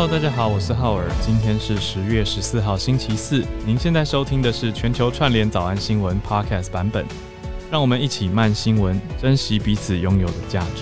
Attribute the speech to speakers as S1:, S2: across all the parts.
S1: Hello， 大家好，我是浩尔，今天是10月14号星期四，您现在收听的是全球串联早安新闻 Podcast 版本，让我们一起慢新闻，珍惜彼此拥有的价值。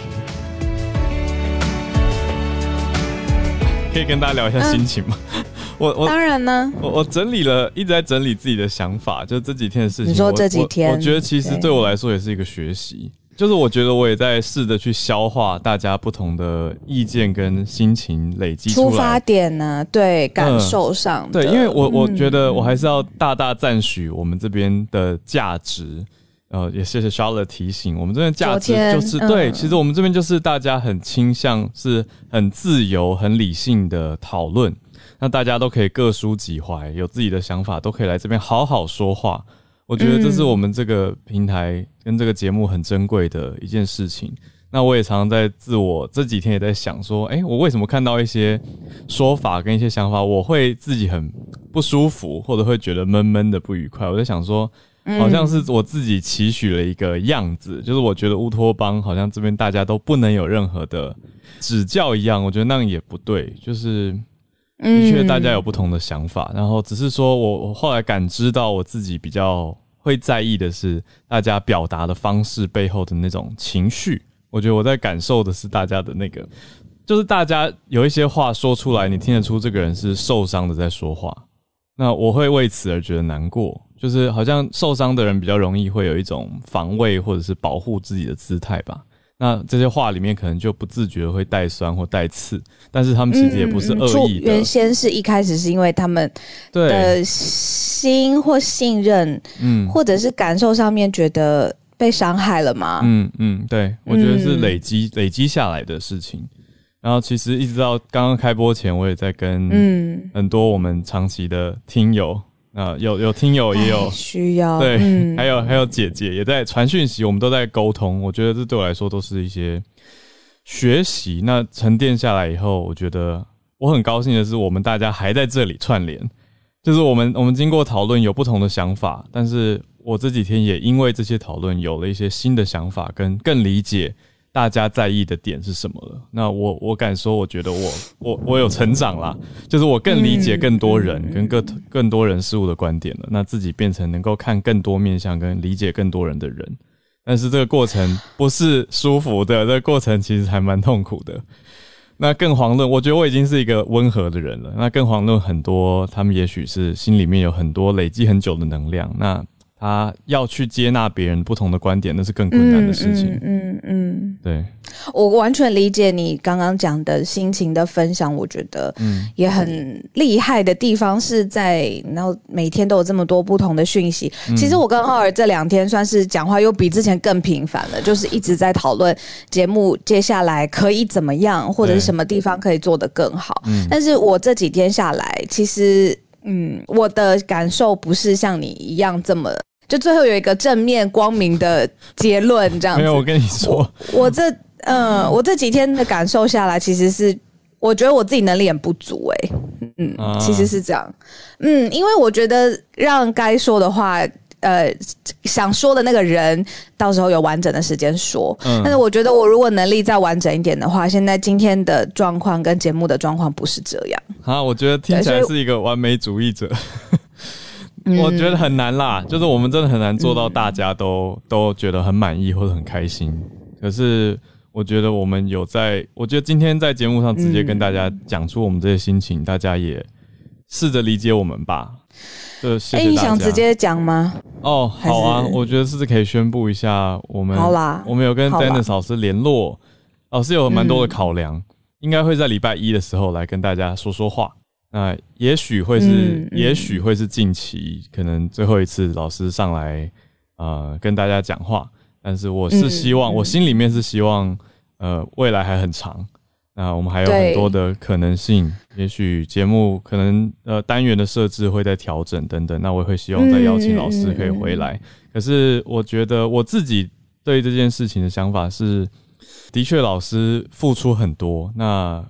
S1: 可以跟大家聊一下心情吗？我
S2: 当然呢，
S1: 我整理了，一直在整理自己的想法，就这几天的事情。
S2: 你说这几天，
S1: 我觉得其实对我来说也是一个学习，就是我觉得我也在试着去消化大家不同的意见跟心情累积出来。
S2: 出发点呢，对感受上的，
S1: 对，因为我觉得我还是要大大赞许我们这边的价值。也谢谢 Charlotte 提醒，我们这边价值就是对，其实我们这边就是大家很倾向是很自由、很理性的讨论，那大家都可以各抒己怀，有自己的想法，都可以来这边好好说话。我觉得这是我们这个平台跟这个节目很珍贵的一件事情。那我也常常在这几天也在想说，我为什么看到一些说法跟一些想法，我会自己很不舒服，或者会觉得闷闷的不愉快。我在想说，好像是我自己期许了一个样子，就是我觉得乌托邦好像这边大家都不能有任何的指教一样，我觉得那样也不对，就是的确大家有不同的想法，然后只是说我后来感知到我自己比较会在意的是大家表达的方式背后的那种情绪，我觉得我在感受的是大家的那个，就是大家有一些话说出来，你听得出这个人是受伤的在说话，那我会为此而觉得难过，就是好像受伤的人比较容易会有一种防卫或者是保护自己的姿态吧。那这些话里面可能就不自觉会带酸或带刺，但是他们其实也不是恶意的。
S2: 原先是一开始是因为他们的心或信任，或者是感受上面觉得被伤害了吗？
S1: 对，我觉得是累积下来的事情。然后其实一直到刚刚开播前，我也在跟很多我们长期的听友，有听友也有
S2: 需要，
S1: 对，还有姐姐也在传讯息，我们都在沟通。我觉得这对我来说都是一些学习。那沉淀下来以后，我觉得我很高兴的是，我们大家还在这里串联，就是我们经过讨论有不同的想法，但是我这几天也因为这些讨论有了一些新的想法，跟更理解大家在意的点是什么了。那我敢说，我觉得我有成长啦，就是我更理解更多人跟更多人事物的观点了。那自己变成能够看更多面向跟理解更多人的人。但是这个过程不是舒服的，这个过程其实还蛮痛苦的。那更遑论，我觉得我已经是一个温和的人了。那更遑论很多，他们也许是心里面有很多累积很久的能量。那他要去接纳别人不同的观点，那是更困难的事情。对，
S2: 我完全理解你刚刚讲的心情的分享。我觉得也很厉害的地方是在，然后每天都有这么多不同的讯息。其实我跟浩尔这2天算是讲话又比之前更频繁了，就是一直在讨论节目接下来可以怎么样，或者是什么地方可以做得更好。但是我这几天下来，其实我的感受不是像你一样这么，就最后有一个正面光明的结论这样子。
S1: 没有，我跟你说，
S2: 我这几天的感受下来，其实是我觉得我自己能力很不足其实是这样。因为我觉得让该说的话，想说的那个人到时候有完整的时间说。但是我觉得我如果能力再完整一点的话，现在今天的状况跟节目的状况不是这样。
S1: 我觉得听起来是一个完美主义者。我觉得很难啦，就是我们真的很难做到大家都觉得很满意或者很开心。可是我觉得我觉得今天在节目上直接跟大家讲出我们这些心情，大家也试着理解我们吧。就谢谢大家。
S2: 你想直接讲吗？
S1: 好啊，我觉得是可以宣布一下，我们有跟 Dennis 老师联络，老师有蛮多的考量，应该会在礼拜1的时候来跟大家说说话。那也许会是近期可能最后一次老师上来跟大家讲话，但是我是希望，我心里面是希望未来还很长，那我们还有很多的可能性，也许节目可能单元的设置会再调整等等，那我也会希望再邀请老师可以回来。可是我觉得我自己对这件事情的想法是，的确老师付出很多，那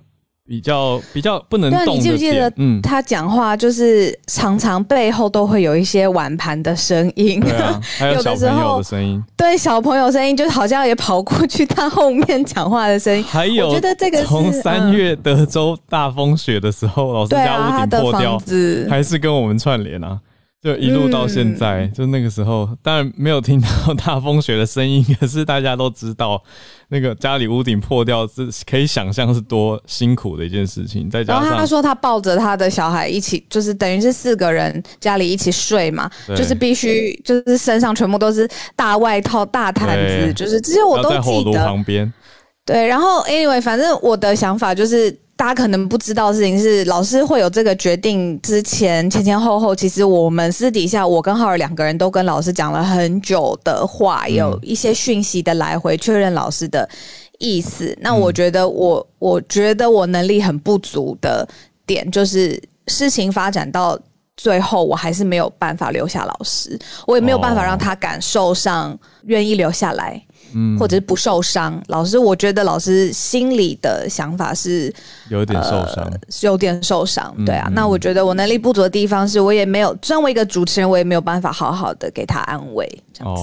S1: 比较不能动的点。
S2: 对，你记不记得他讲话就是常常背后都会有一些碗盘的声音，
S1: 对啊，还有小朋友的声音，
S2: 对，小朋友声音就好像也跑过去他后面讲话的声音。
S1: 还有，
S2: 我觉得这个是
S1: 从3月德州大风雪的时候，老师家屋顶破掉，还是跟我们串联啊。就一路到现在，就那个时候，当然没有听到大风雪的声音，可是大家都知道，那个家里屋顶破掉，是可以想象是多辛苦的一件事情。再加上，
S2: 然后他说他抱着他的小孩一起，就是等于是4个人家里一起睡嘛，就是必须就是身上全部都是大外套、大毯子，就是这些我都记得。
S1: 在火炉旁边。
S2: 对，然后 anyway， 反正我的想法就是。大家可能不知道的事情是，老师会有这个决定之前前后，其实我们私底下，我跟浩尔2个人都跟老师讲了很久的话，有一些讯息的来回确认老师的意思。那我觉得我觉得我能力很不足的点，就是事情发展到最后，我还是没有办法留下老师，我也没有办法让他感受上愿意留下来。或者是不受伤，老师，我觉得老师心里的想法是
S1: 有点受伤，
S2: 有点受伤，对啊。那我觉得我能力不足的地方是，我也没有身为一个主持人，我也没有办法好好的给他安慰，这样子。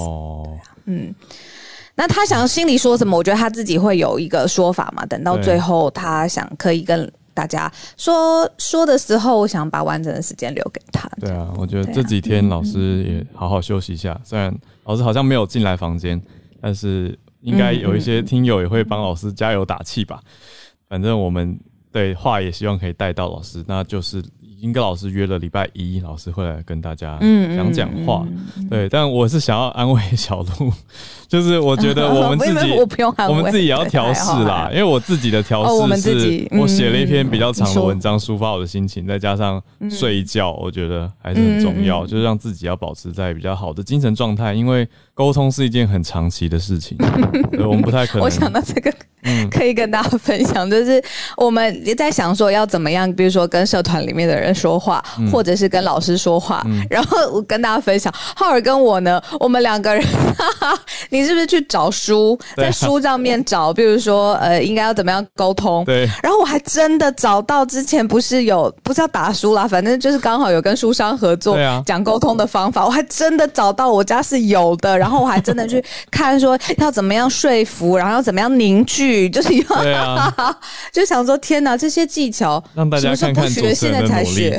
S2: 那他想心里说什么，我觉得他自己会有一个说法嘛。等到最后，他想可以跟大家说的时候，我想把完整的时间留给他。
S1: 对啊，我觉得这几天老师也好好休息一下，虽然老师好像没有进来房间。但是应该有一些听友也会帮老师加油打气吧。反正我们对话也希望可以带到老师，那就是已经跟老师约了礼拜1，老师会来跟大家讲话。对，但我是想要安慰小鹿，就是我觉得我们自己我们自己也要调试啦，因为我自己的调试是我写了一篇比较长的文章抒发我的心情，再加上睡一觉，我觉得还是很重要，就是让自己要保持在比较好的精神状态，因为沟通是一件很长期的事情，我们不太可能。
S2: 我想到这个可以跟大家分享，就是我们也在想说要怎么样，比如说跟社团里面的人说话，或者是跟老师说话。然后我跟大家分享，浩尔跟我呢，我们2个人，你是不是去找书，在书上面找，比如说应该要怎么样沟通？
S1: 对。
S2: 然后我还真的找到之前不是要打书啦，反正就是刚好有跟书商合作，讲沟通的方法，我还真的找到，我家是有的。然后我还真的去看说要怎么样说服，然后要怎么样凝聚，就是要就想说天哪，这些技巧
S1: 让大家看看主持人的努力。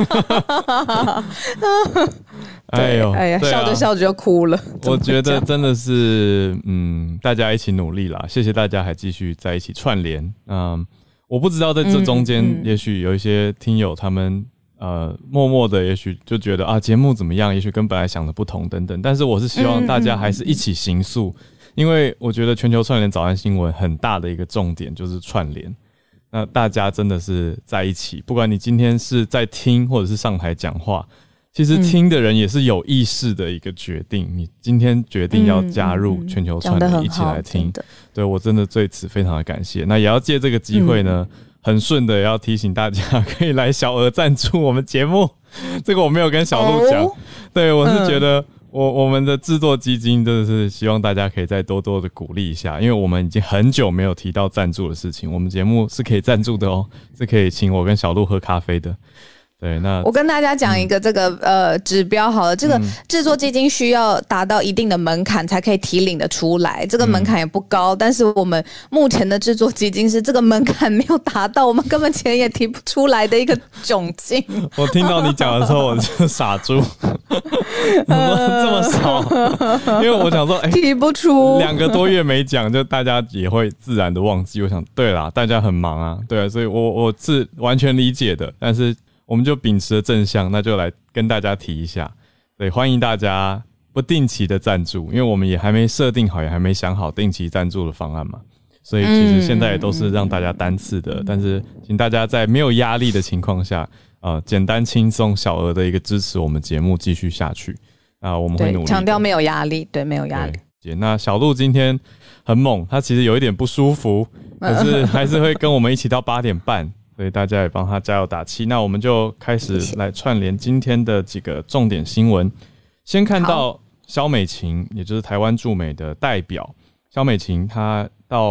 S1: 哎呀，
S2: 笑着笑着就哭了。
S1: 我觉得真的是大家一起努力啦，谢谢大家还继续在一起串联。我不知道在这中间也许有一些听友他们默默的也许就觉得节目怎么样，也许跟本来想的不同等等，但是我是希望大家还是一起行塑，因为我觉得全球串联早安新闻很大的一个重点就是串联，那大家真的是在一起，不管你今天是在听或者是上台讲话，其实听的人也是有意识的一个决定，你今天决定要加入全球串联一起来听，对，我真的对此非常的感谢。那也要借这个机会呢，很顺的要提醒大家可以来小额赞助我们节目，这个我没有跟小鹿讲，对，我是觉得我们的制作基金真的是希望大家可以再多多的鼓励一下，因为我们已经很久没有提到赞助的事情，我们节目是可以赞助的哦，是可以请我跟小鹿喝咖啡的。对，那
S2: 我跟大家讲一个这个指标好了，这个制作基金需要达到一定的门槛才可以提领的出来，这个门槛也不高，但是我们目前的制作基金是这个门槛没有达到，我们根本钱也提不出来的一个窘境。
S1: 我听到你讲的时候我就傻猪，这么少，因为我想说
S2: 提不出
S1: 2个多月没讲，就大家也会自然的忘记，我想对啦，大家很忙啊，对啊，所以我是完全理解的，但是我们就秉持了正向，那就来跟大家提一下，对，欢迎大家不定期的赞助，因为我们也还没设定好，也还没想好定期赞助的方案嘛，所以其实现在也都是让大家单次的，但是请大家在没有压力的情况下，简单轻松小额的一个支持我们节目继续下去，我们会努力，
S2: 强调没有压力，对，没有压力。
S1: 那小鹿今天很猛，他其实有一点不舒服，可是还是会跟我们一起到8点半。所以大家也帮他加油打气。那我们就开始来串联今天的几个重点新闻。先看到萧美琴，也就是台湾驻美的代表萧美琴，她到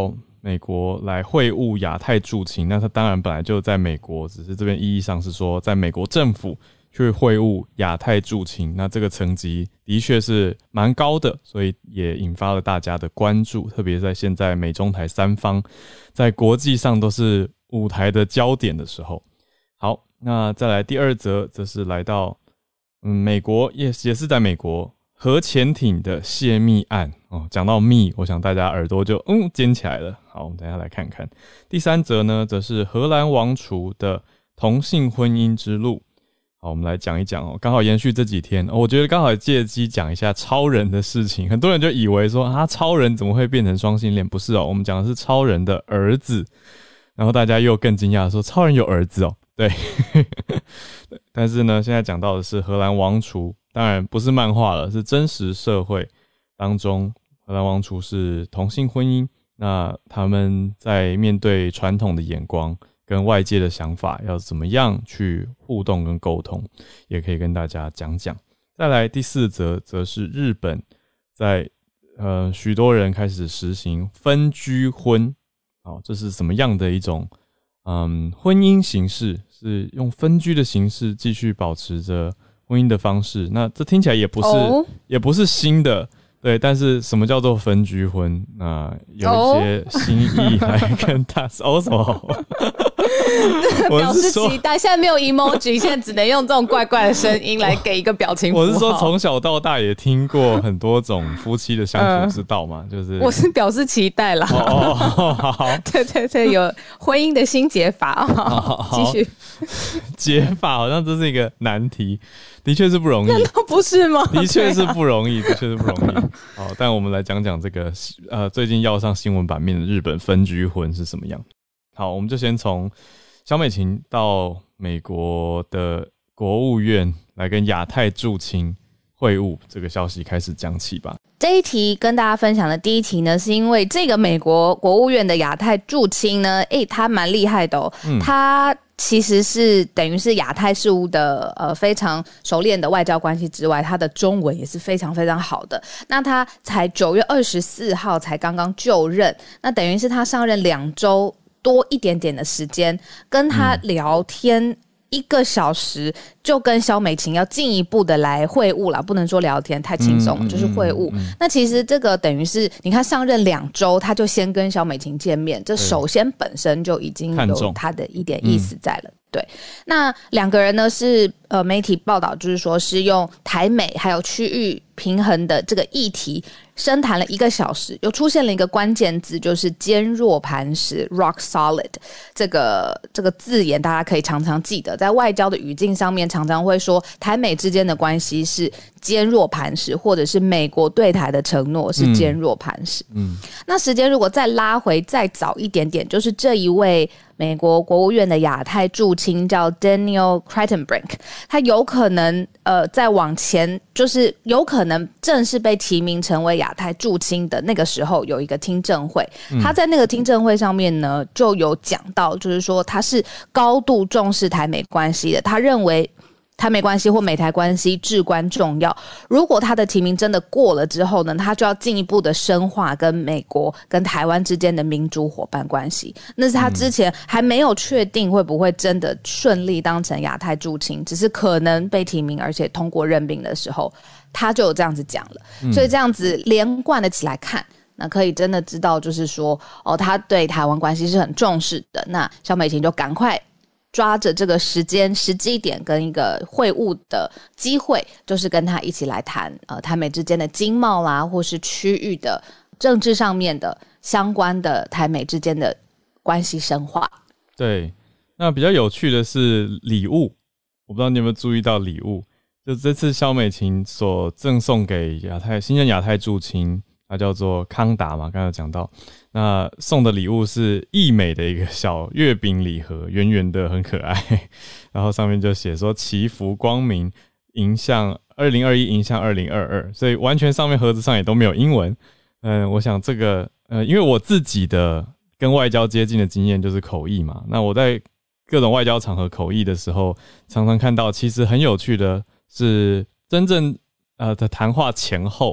S1: 美国来会晤亚太驻青，那他当然本来就在美国，只是这边意义上是说在美国政府去会晤亚太驻青，那这个层级的确是蛮高的，所以也引发了大家的关注，特别在现在美中台三方在国际上都是舞台的焦点的时候。好，那再来第二则，则是来到美国，也是在美国核潜艇的泄密案哦。讲到密，我想大家耳朵就尖起来了。好，我们等一下来看看。第三则呢，则是荷兰王储的同性婚姻之路。好，我们来讲一讲哦，刚好延续这几天，我觉得刚好借机讲一下超人的事情。很多人就以为说超人怎么会变成双性恋？不是哦，我们讲的是超人的儿子。然后大家又更惊讶说，超人有儿子哦。对，但是呢，现在讲到的是荷兰王储，当然不是漫画了，是真实社会当中，荷兰王储是同性婚姻，那他们在面对传统的眼光跟外界的想法要怎么样去互动跟沟通，也可以跟大家讲讲。再来第四则，则是日本在许多人开始实行分居婚。好，这是什么样的一种婚姻形式？是用分居的形式继续保持着婚姻的方式。那这听起来也不是新的，对。但是什么叫做分居婚？那有一些新意来跟大家什么？
S2: 表示期待。现在没有 emoji， 现在只能用这种怪怪的声音来给一个表情符号。
S1: 我是说从小到大也听过很多种夫妻的相处之道嘛，就是
S2: 我是表示期待啦。
S1: 好，
S2: 对，有婚姻的新解法。好，继续。
S1: 解法好像这是一个难题，的确是不容易。
S2: 难道不是吗？
S1: 的确是不容易，的确是不容易。好，但我们来讲讲这个最近要上新闻版面的日本分居婚是什么样。好，我们就先从萧美琴到美国的国务院来跟亚太驻青会晤这个消息开始讲起吧。
S2: 这一题跟大家分享的第一题呢，是因为这个美国国务院的亚太驻青呢，他蛮厉害的哦。他其实是等于是亚太事务的非常熟练的外交关系之外，他的中文也是非常非常好的。那他才9月24号才刚刚就任，那等于是他上任2周多一点点的时间，跟他聊天1个小时，就跟萧美琴要进一步的来会晤啦，不能说聊天太轻松，就是会晤。那其实这个等于是你看上任2周，他就先跟萧美琴见面，这首先本身就已经有他的一点意思在了。对，那2个人呢是媒体报道就是说是用台美还有区域平衡的这个议题深谈了1个小时，又出现了一个关键字，就是坚若磐石 rock solid 这个字眼，大家可以常常记得，在外交的语境上面常常会说台美之间的关系是坚若磐石，或者是美国对台的承诺是坚若磐石。那时间如果再拉回再早一点点，就是这一位美国国务院的亚太驻青叫 Daniel Kritenbrink， 他有可能再往前，就是有可能正式被提名成为亚太驻青的那个时候有一个听证会，他在那个听证会上面呢就有讲到，就是说他是高度重视台美关系的，他认为台美关系或美台关系至关重要，如果他的提名真的过了之后呢，他就要进一步的深化跟美国跟台湾之间的民主伙伴关系，那是他之前还没有确定会不会真的顺利当成亚太驻青，只是可能被提名而且通过任命的时候他就有这样子讲了。所以这样子连贯的起来看，那可以真的知道就是说他对台湾关系是很重视的。那萧美琴就赶快抓着这个时机点跟一个会晤的机会，就是跟他一起来谈台美之间的经贸啦，或是区域的政治上面的相关的台美之间的关系深化。
S1: 对，那比较有趣的是礼物，我不知道你有没有注意到礼物，就这次萧美琴所赠送给新任亚太驻青，它叫做康达嘛，刚才有讲到，那送的礼物是义美的一个小月饼礼盒，圆圆的很可爱，然后上面就写说祈福光明迎向2021迎向2022，所以完全上面盒子上也都没有英文。我想这个因为我自己的跟外交接近的经验就是口译嘛，那我在各种外交场合口译的时候，常常看到其实很有趣的是真正的谈话前后，其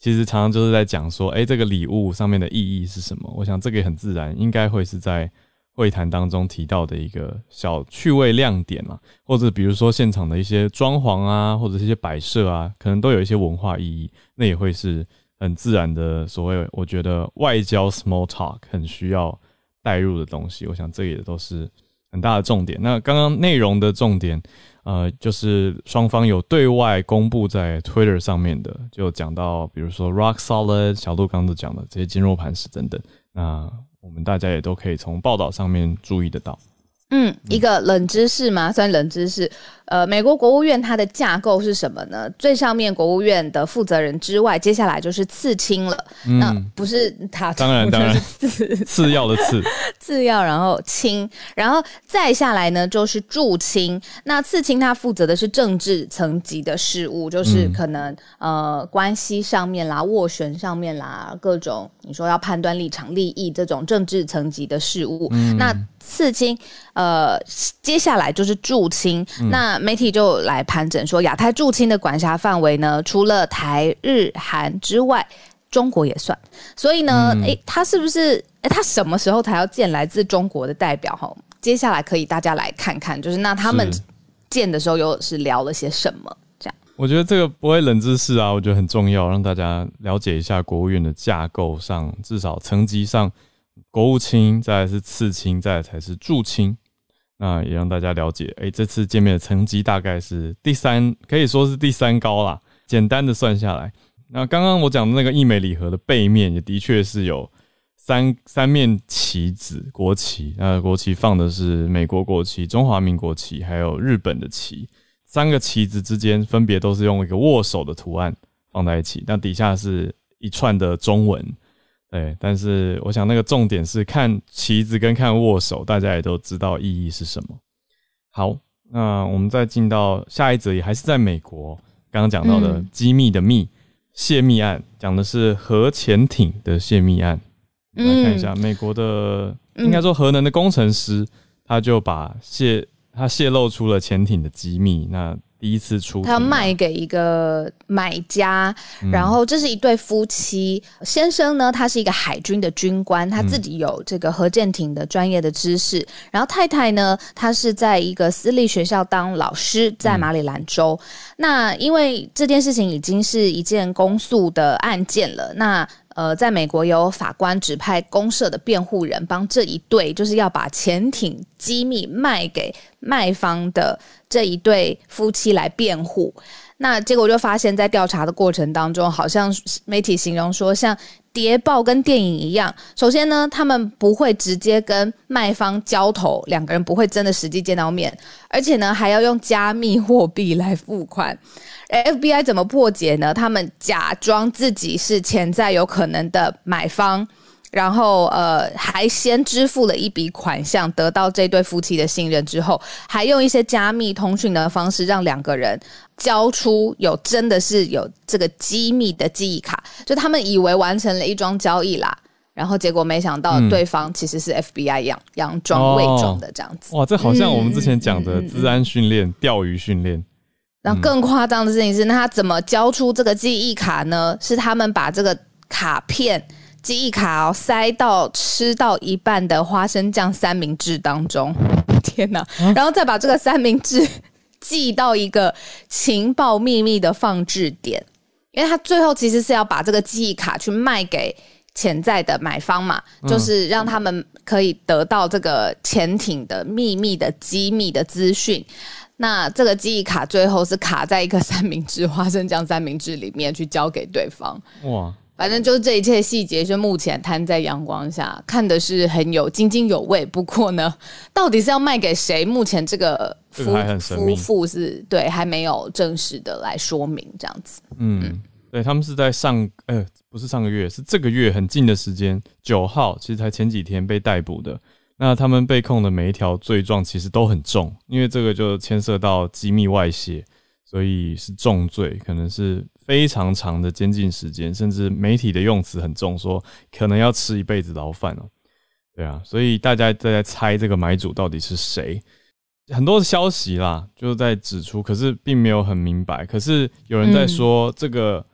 S1: 其实常常就是在讲说，这个礼物上面的意义是什么？我想这个也很自然，应该会是在会谈当中提到的一个小趣味亮点啦，或者比如说现场的一些装潢啊，或者是一些摆设啊，可能都有一些文化意义，那也会是很自然的所谓我觉得外交 small talk 很需要带入的东西。我想这也都是很大的重点。那刚刚内容的重点就是双方有对外公布在 Twitter 上面的，就讲到比如说 Rock Solid 小杜刚刚讲的这些坚若磐石等等，那我们大家也都可以从报道上面注意得到。
S2: 一个冷知识嘛，算冷知识。美国国务院它的架构是什么呢？最上面国务院的负责人之外，接下来就是次卿了。那不是他，
S1: 当然，次要的次，
S2: 次要，然后卿，然后再下来呢就是驻卿。那次卿他负责的是政治层级的事务，就是可能关系上面啦、斡旋上面啦，各种你说要判断立场、利益这种政治层级的事务。那次卿接下来就是驻卿。那媒体就来盘整说，亚太驻卿的管辖范围呢，除了台日韩之外，中国也算。所以呢，他是不是他什么时候才要见来自中国的代表？接下来可以大家来看看，就是那他们见的时候又是聊了些什么？这样，
S1: 我觉得这个不会冷知识啊，我觉得很重要，让大家了解一下国务院的架构上，至少层级上，国务卿，再来是次卿，再来才是驻卿。那也让大家了解，这次见面的层级大概是可以说是第三高啦。简单的算下来，那刚刚我讲的那个义美礼盒的背面也的确是有三面旗子，国旗。那国旗放的是美国国旗、中华民国旗，还有日本的旗。三个旗子之间分别都是用一个握手的图案放在一起，那底下是一串的中文。对，但是我想那个重点是看旗子跟看握手，大家也都知道意义是什么。好，那我们再进到下一则，也还是在美国刚刚讲到的机密的密泄密案，讲的是核潜艇的泄密案。来看一下美国的应该说核能的工程师，他就把他泄露出了潜艇的机密，那第一次出，
S2: 他要卖给一个买家，然后这是一对夫妻。先生呢，他是一个海军的军官，他自己有这个核潜艇的专业的知识。然后太太呢，她是在一个私立学校当老师，在马里兰州。那因为这件事情已经是一件公诉的案件了，那在美国有法官指派公社的辩护人帮这一对就是要把潜艇机密卖给卖方的这一对夫妻来辩护。那结果就发现在调查的过程当中，好像媒体形容说像谍报跟电影一样。首先呢，他们不会直接跟卖方交头，两个人不会真的实际见到面，而且呢还要用加密货币来付款。FBI 怎么破解呢？他们假装自己是潜在有可能的买方，然后还先支付了一笔款项，得到这对夫妻的信任之后，还用一些加密通讯的方式让两个人交出真的是有这个机密的记忆卡，就他们以为完成了一桩交易啦，然后结果没想到对方其实是 FBI 佯装伪装的这样子。
S1: 哇，这好像我们之前讲的资安训练、钓鱼训练。
S2: 然后更夸张的事情是，那他怎么交出这个记忆卡呢？是他们把这个卡片记忆卡塞到吃到一半的花生酱三明治当中，天哪！然后再把这个三明治寄到一个情报秘密的放置点，因为他最后其实是要把这个记忆卡去卖给潜在的买方嘛，就是让他们可以得到这个潜艇的秘密的机密的资讯。那这个记忆卡最后是卡在一个花生酱三明治里面去交给对方。哇！反正就是这一切细节，就目前摊在阳光下，看的是很有津津有味。不过呢，到底是要卖给谁？目前这个夫妇是对还没有正式的来说明这样子。
S1: 对，他们是在不是上个月，是这个月很近的时间，9号，其实才前几天被逮捕的。那他们被控的每一条罪状其实都很重，因为这个就牵涉到机密外泄，所以是重罪，可能是非常长的监禁时间，甚至媒体的用词很重，说可能要吃一辈子牢饭哦。对啊，所以大家在猜这个买主到底是谁，很多的消息啦，就在指出，可是并没有很明白。可是有人在说，这个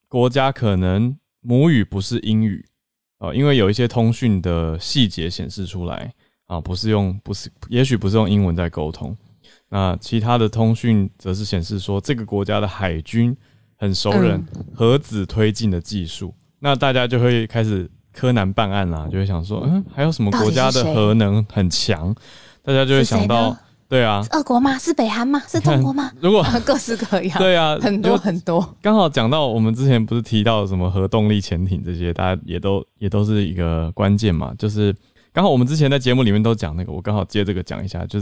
S1: 国家可能母语不是英语因为有一些通讯的细节显示出来也许不是用英文在沟通。那其他的通讯则是显示说这个国家的海军很熟稔核子推进的技术。那大家就会开始柯南办案啦，就会想说还有什么国家的核能很强，大家就会想到对啊，
S2: 是俄国吗？是北韩吗？是中国吗？
S1: 如果
S2: 各式各样，
S1: 对啊，
S2: 很多很多。
S1: 刚好讲到我们之前不是提到什么核动力潜艇这些，大家也都是一个关键嘛。就是刚好我们之前在节目里面都讲那个，我刚好接这个讲一下，就是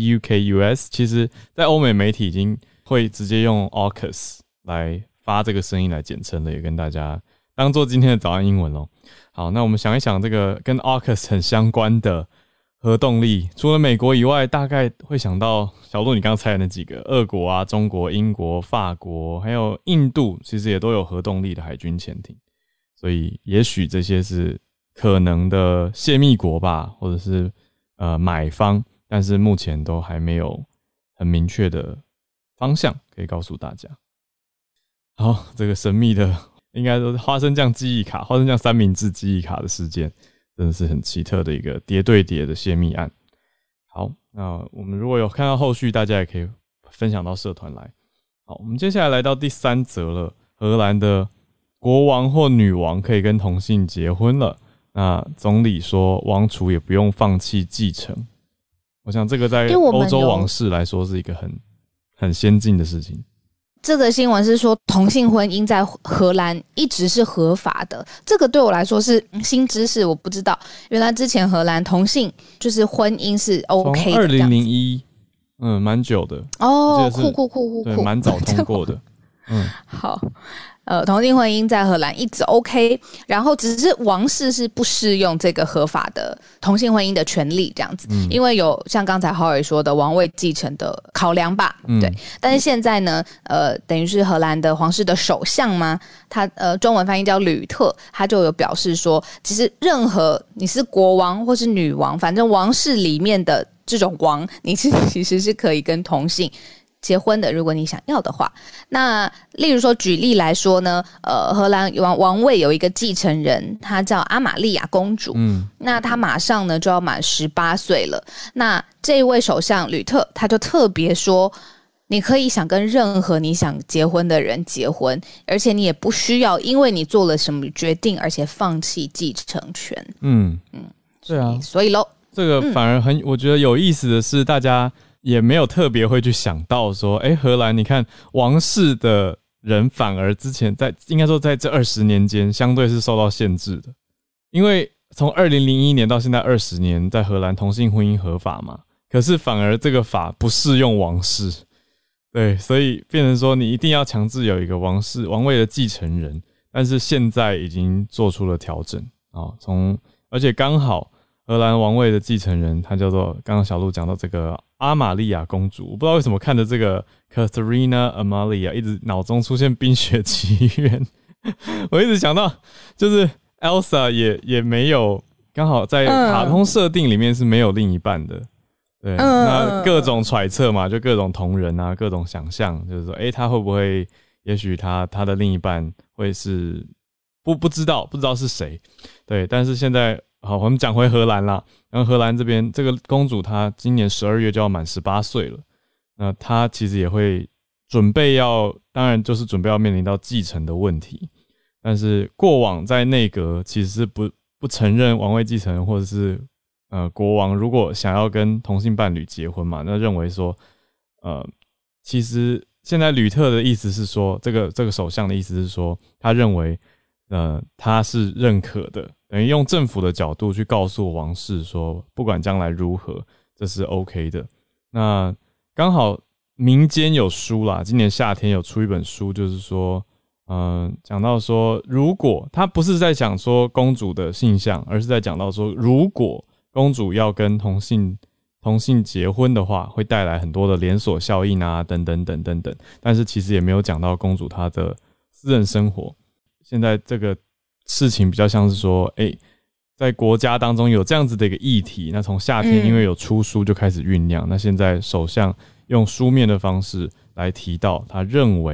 S1: AUKUS， 其实在欧美媒体已经会直接用 AUKUS 来发这个声音来简称了，也跟大家当做今天的早安英文咯。好，那我们想一想这个跟 AUKUS 很相关的核动力，除了美国以外，大概会想到小鹿你刚刚猜的那几个，俄国啊、中国、英国、法国，还有印度，其实也都有核动力的海军潜艇。所以也许这些是可能的泄密国吧，或者是买方，但是目前都还没有很明确的方向可以告诉大家。好，这个神秘的应该都是花生酱记忆卡、花生酱三明治记忆卡的事件。真的是很奇特的一个叠对叠的泄密案。好，那我们如果有看到后续，大家也可以分享到社团来。好，我们接下来到第3则了。荷兰的国王或女王可以跟同性结婚了。那总理说王储也不用放弃继承。我想这个在欧洲王室来说是一个很先进的事情。
S2: 这个新闻是说同性婚姻在荷兰一直是合法的，这个对我来说是新知识，我不知道原来之前荷兰同性就是婚姻是 OK 的。
S1: 从2001蛮久的
S2: 哦，酷，
S1: 对，蛮早通过的。
S2: 好，同性婚姻在荷兰一直 OK， 然后只是王室是不适用这个合法的同性婚姻的权利这样子，因为有像刚才浩尔说的王位继承的考量吧，对。但是现在呢，等于是荷兰的皇室的首相嘛，他中文翻译叫吕特，他就有表示说，其实任何你是国王或是女王，反正王室里面的这种王，你其实是可以跟同性结婚的，如果你想要的话。那例如说举例来说呢，荷兰王位有一个继承人，她叫阿玛利亚公主，那她马上呢就要满18岁了。那这一位首相吕特他就特别说，你可以想跟任何你想结婚的人结婚，而且你也不需要因为你做了什么决定而且放弃继承权。
S1: 对啊，
S2: 所以咯，这
S1: 个反而我觉得有意思的是，大家也没有特别会去想到说，荷兰你看王室的人反而之前应该说在这20年间相对是受到限制的，因为从2001年到现在20年，在荷兰同性婚姻合法嘛，可是反而这个法不适用王室，对，所以变成说你一定要强制有一个王位的继承人，但是现在已经做出了调整而且刚好荷兰王位的继承人，他叫做刚刚小鹿讲到这个阿玛利亚公主，我不知道为什么看着这个 Katharina Amalia 一直脑中出现冰雪奇缘我一直想到就是 Elsa 也没有，刚好在卡通设定里面是没有另一半的，对，那各种揣测嘛，就各种同人啊，各种想象，就是说他会不会也许他的另一半会是不知道是谁，对，但是现在好，我们讲回荷兰啦。然后荷兰这边这个公主她今年12月就要满18岁了，那她其实也会当然就是准备要面临到继承的问题。但是过往在内阁其实是不承认王位继承人或者是国王如果想要跟同性伴侣结婚嘛，那认为说其实现在吕特的意思是说，这个首相的意思是说，他认为他是认可的，等于用政府的角度去告诉王室说，不管将来如何，这是 OK 的。那刚好民间有书啦，今年夏天有出一本书，就是说讲到说，如果他不是在讲说公主的性向，而是在讲到说，如果公主要跟同性结婚的话，会带来很多的连锁效应啊，等等等等等。但是其实也没有讲到公主她的私人生活。现在这个事情比较像是说，在国家当中有这样子的一个议题，那从夏天因为有出书就开始酝酿，那现在首相用书面的方式来提到，他认为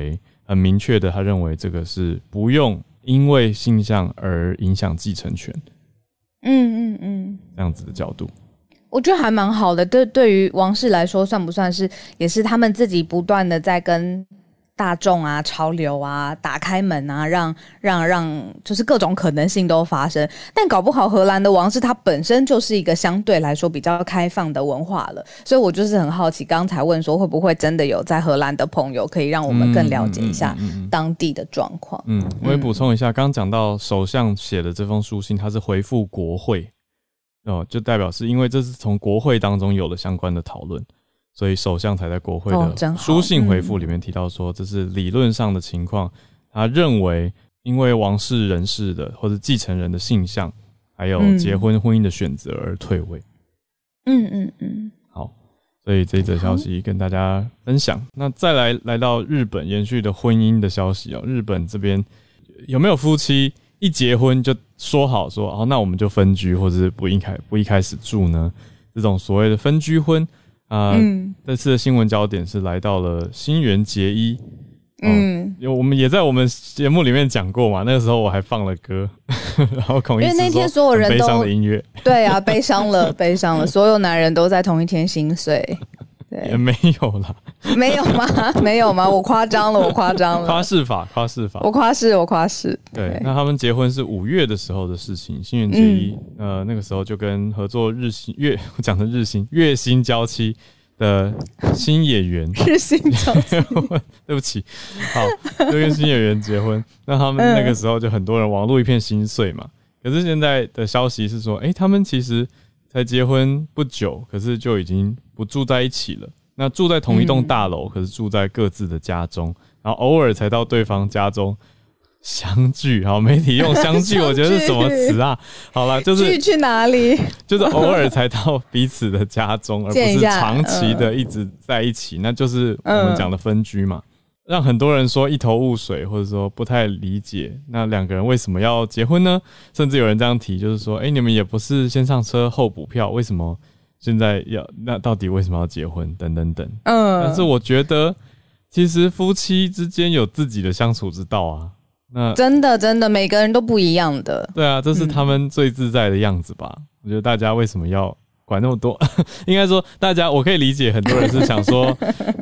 S1: 很明确的，他认为这个是不用因为性向而影响继承权。这样子的角度。
S2: 我觉得还蛮好的，对于王室来说，算不算是也是他们自己不断的在跟大众啊、潮流啊打开门啊，让就是各种可能性都发生。但搞不好荷兰的王室它本身就是一个相对来说比较开放的文化了，所以我就是很好奇，刚才问说会不会真的有在荷兰的朋友可以让我们更了解一下当地的状况。
S1: 我也补充一下，刚刚讲到首相写的这封书信，他是回复国会。就代表是因为这是从国会当中有了相关的讨论，所以首相才在国会的书信回复里面提到说，这是理论上的情况。他认为因为王室人士的或者继承人的性向还有结婚婚姻的选择而退位。好，所以这一则消息跟大家分享。那再来到日本延续的婚姻的消息日本这边有没有夫妻一结婚就说好说那我们就分居，或者是不一开始住呢？这种所谓的分居婚这次的新闻焦点是来到了新垣结衣。我们也在我们节目里面讲过嘛，那个时候我还放了歌，然后孔医师说因为那天所有人都悲伤的音乐，
S2: 对啊，悲伤了，所有男人都在同一天心碎。
S1: 也没有啦，
S2: 没有吗？没有吗？我夸张了，
S1: 夸饰法，
S2: 我夸饰。
S1: 对，那他们结婚是5月的时候的事情，新垣结衣那个时候就跟合作我讲成月薪娇妻的新演员
S2: 日薪娇妻
S1: 对不起，好，就跟新演员结婚。那他们那个时候就很多人网络一片心碎嘛。可是现在的消息是说他们其实才结婚不久，可是就已经不住在一起了。那住在同一栋大楼，可是住在各自的家中，然后偶尔才到对方家中相聚。好，媒体用相聚，我觉得是什么词啊？好啦，就是
S2: 去哪里？
S1: 就是偶尔才到彼此的家中，而不是长期的一直在一起。那就是我们讲的分居嘛。让很多人说一头雾水，或者说不太理解，那两个人为什么要结婚呢？甚至有人这样提，就是说你们也不是先上车后补票，为什么现在那到底为什么要结婚等等等。但是我觉得其实夫妻之间有自己的相处之道啊。那
S2: 真的每个人都不一样的。
S1: 对啊，这是他们最自在的样子吧。我觉得大家为什么要管那么多？应该说大家，我可以理解很多人是想说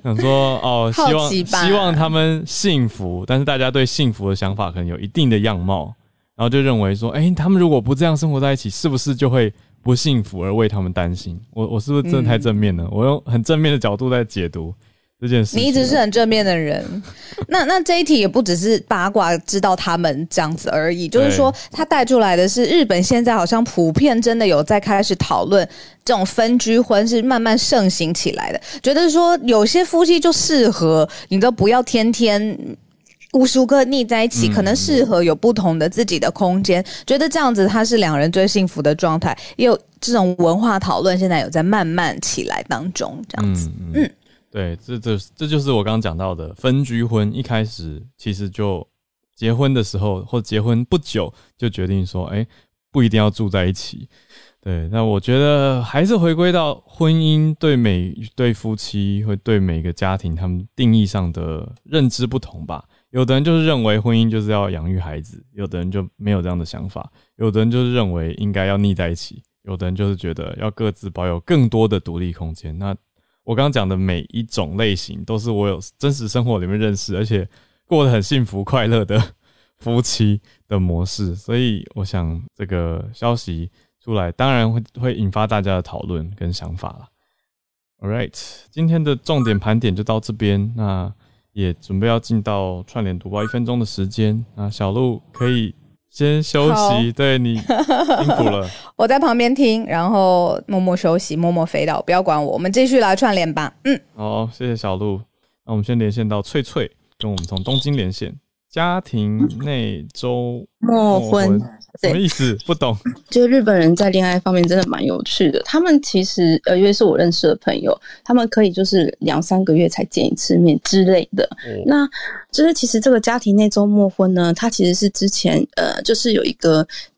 S1: 希望他们幸福，但是大家对幸福的想法可能有一定的样貌，然后就认为说他们如果不这样生活在一起，是不是就会不幸福而为他们担心？我是不是真的太正面了？我用很正面的角度在解读这件事情。
S2: 你一直是很正面的人。那这一题也不只是八卦知道他们这样子而已，就是说他带出来的是日本现在好像普遍真的有在开始讨论这种分居婚是慢慢盛行起来的，觉得说有些夫妻就适合你都不要天天无时无刻腻在一起，可能适合有不同的自己的空间，觉得这样子他是两人最幸福的状态。也有这种文化讨论现在有在慢慢起来当中这样子。
S1: 对，这就是我刚刚讲到的分居婚。一开始其实就结婚的时候或结婚不久就决定说不一定要住在一起。对，那我觉得还是回归到婚姻对每一对夫妻会对每个家庭他们定义上的认知不同吧。有的人就是认为婚姻就是要养育孩子，有的人就没有这样的想法，有的人就是认为应该要腻在一起，有的人就是觉得要各自保有更多的独立空间。那我刚刚讲的每一种类型都是我有真实生活里面认识而且过得很幸福快乐的夫妻的模式，所以我想这个消息出来当然会引发大家的讨论跟想法啦。 Alright， 今天的重点盘点就到这边，那也准备要进到串联读报1分钟的时间。那小鹿可以先休息，对，你辛苦了。
S2: 我在旁边听，然后默默休息，默默飞到，不要管我，我们继续来串联吧。
S1: 好，谢谢小鹿。那我们先连线到翠翠，跟我们从东京连线。家庭内周
S3: 末婚
S1: 什么意思？不懂。
S3: 就日本人在恋爱方面真的蛮有趣的，他们其实因为是我认识的朋友，他们可以就是2-3个月才见一次面之类的。那就是其实这个家庭内周末婚呢，它其实是之前就是有一个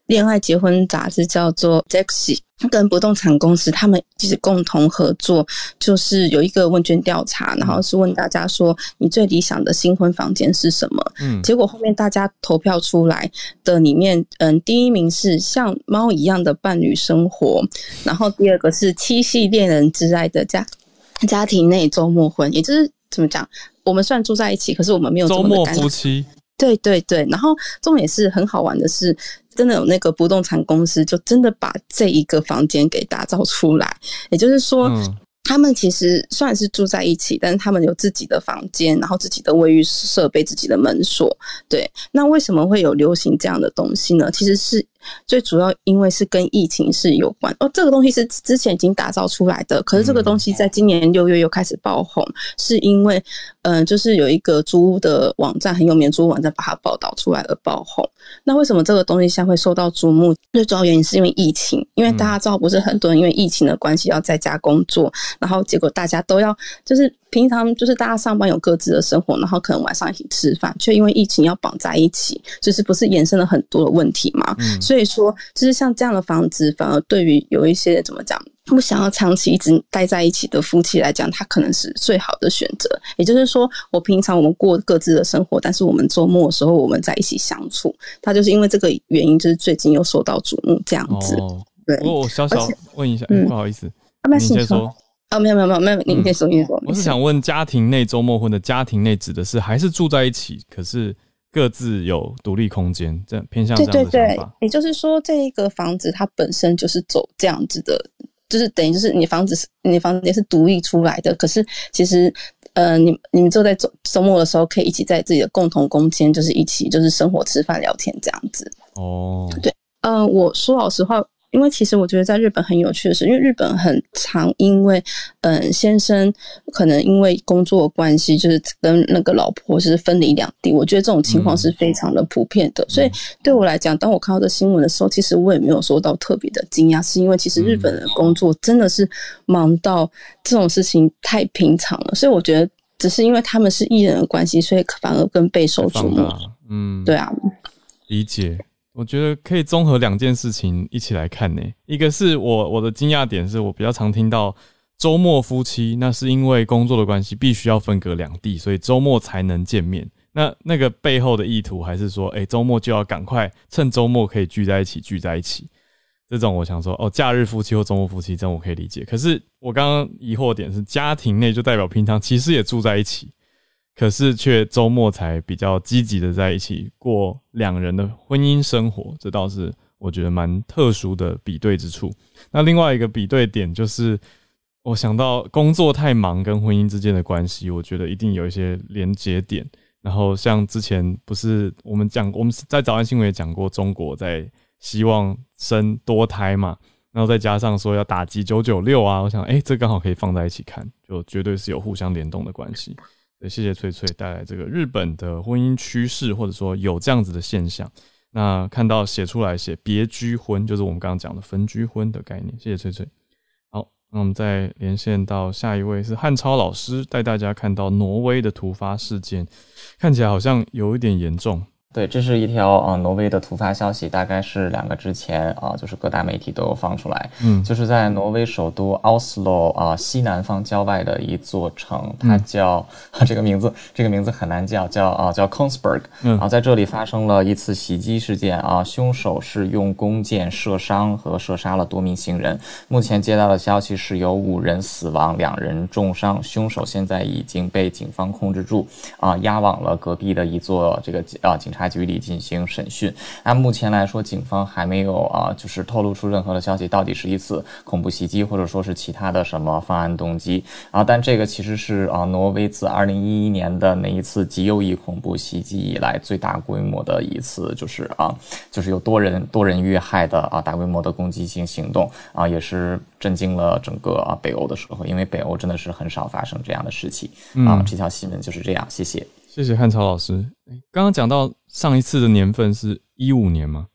S3: 恋爱结婚杂志叫做 Dexy， 跟不动产公司他们其实共同合作，就是有一个问卷调查，然后是问大家说你最理想的新婚房间是什么。结果后面大家投票出来的里面，第一名是像猫一样的伴侣生活，然后第二个是七夕恋人之爱的家庭内周末婚，也就是怎么讲，我们虽然住在一起，可是我们没有这么的
S1: 周末夫妻。
S3: 对对对，然后重点是很好玩的是，真的有那个不动产公司就真的把这一个房间给打造出来，也就是说，他们其实虽然是住在一起，但是他们有自己的房间，然后自己的卫浴设备、自己的门锁。对，那为什么会有流行这样的东西呢？其实是最主要因为是跟疫情是有关。这个东西是之前已经打造出来的，可是这个东西在今年6月又开始爆红，是因为就是有一个租屋的网站，很有名的租屋网站把它报道出来而爆红。那为什么这个东西现在会受到瞩目？最主要原因是因为疫情，因为大家知道不是很多人因为疫情的关系要在家工作，然后结果大家都要就是平常就是大家上班有各自的生活，然后可能晚上一起吃饭，却因为疫情要绑在一起，就是不是衍生了很多的问题嘛。所以说就是像这样的房子，反而对于有一些怎么讲不想要长期一直待在一起的夫妻来讲，它可能是最好的选择。也就是说我平常我们过各自的生活，但是我们周末的时候我们在一起相处，它就是因为这个原因，就是最近又受到瞩目这样子。对，
S1: 我小问一下，不好意思，你先说。
S3: 没有，你先说，你说。
S1: 我是想问，家庭内周末婚的家庭内指的是还是住在一起，可是各自有独立空间，这样偏向这样的想法。
S3: 对，也就是说，这一个房子它本身就是走这样子的，就是等于就是你房间是独立出来的，可是其实你们就在周末的时候可以一起在自己的共同空间，就是一起就是生活、吃饭、聊天这样子。对，我说老实话。因为其实我觉得在日本很有趣的是，因为日本很常因为先生可能因为工作的关系，就是跟那个老婆是分离两地，我觉得这种情况是非常的普遍的。所以对我来讲，当我看到这新闻的时候，其实我也没有受到特别的惊讶，是因为其实日本人的工作真的是忙到这种事情太平常了，所以我觉得只是因为他们是艺人的关系，所以反而更备受瞩目。对啊，
S1: 理解。我觉得可以综合两件事情一起来看呢。一个是我的惊讶点是我比较常听到周末夫妻，那是因为工作的关系必须要分隔两地，所以周末才能见面。那个背后的意图还是说，周末就要赶快趁周末可以聚在一起。这种我想说，假日夫妻或周末夫妻，这种我可以理解。可是我刚刚疑惑点是，家庭内就代表平常其实也住在一起。可是却周末才比较积极的在一起过两人的婚姻生活，这倒是我觉得蛮特殊的比对之处。那另外一个比对点就是我想到工作太忙跟婚姻之间的关系，我觉得一定有一些连结点。然后像之前不是我们在早安新闻也讲过，中国在希望生多胎嘛，然后再加上说要打击996啊，我想这刚好可以放在一起看，就绝对是有互相联动的关系。对，谢谢翠翠带来这个日本的婚姻趋势，或者说有这样子的现象。那看到写出来写别居婚，就是我们刚刚讲的分居婚的概念。谢谢翠翠。好，那我们再连线到下一位是汉超老师，带大家看到挪威的突发事件，看起来好像有一点严重。
S4: 对，这是一条挪威的突发消息，大概是2个之前就是各大媒体都有放出来。就是在挪威首都奥斯陆西南方郊外的一座城，它叫这个名字很难叫 Kongsberg。在这里发生了一次袭击事件凶手是用弓箭射伤和射杀了多名行人。目前接到的消息是有5人死亡，2人重伤，凶手现在已经被警方控制住押往了隔壁的一座这个警察局里进行审讯。那目前来说，警方还没有就是透露出任何的消息，到底是一次恐怖袭击，或者说是其他的什么犯案动机但这个其实是挪威自2011年的那一次极右翼恐怖袭击以来最大规模的一次，就是有多人遇害的大规模的攻击性行动也是震惊了整个北欧的社会，因为北欧真的是很少发生这样的事情这条新闻就是这样。谢谢
S1: 汉超老师。刚刚讲到上一次的年份是15年吗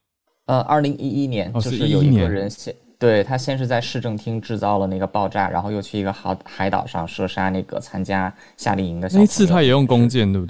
S4: ？2011年，就是有一个人对，他先是在市政厅制造了那个爆炸，然后又去一个海岛上射杀那个参加夏令营的小朋友。
S1: 那一次他也用弓箭，对不对？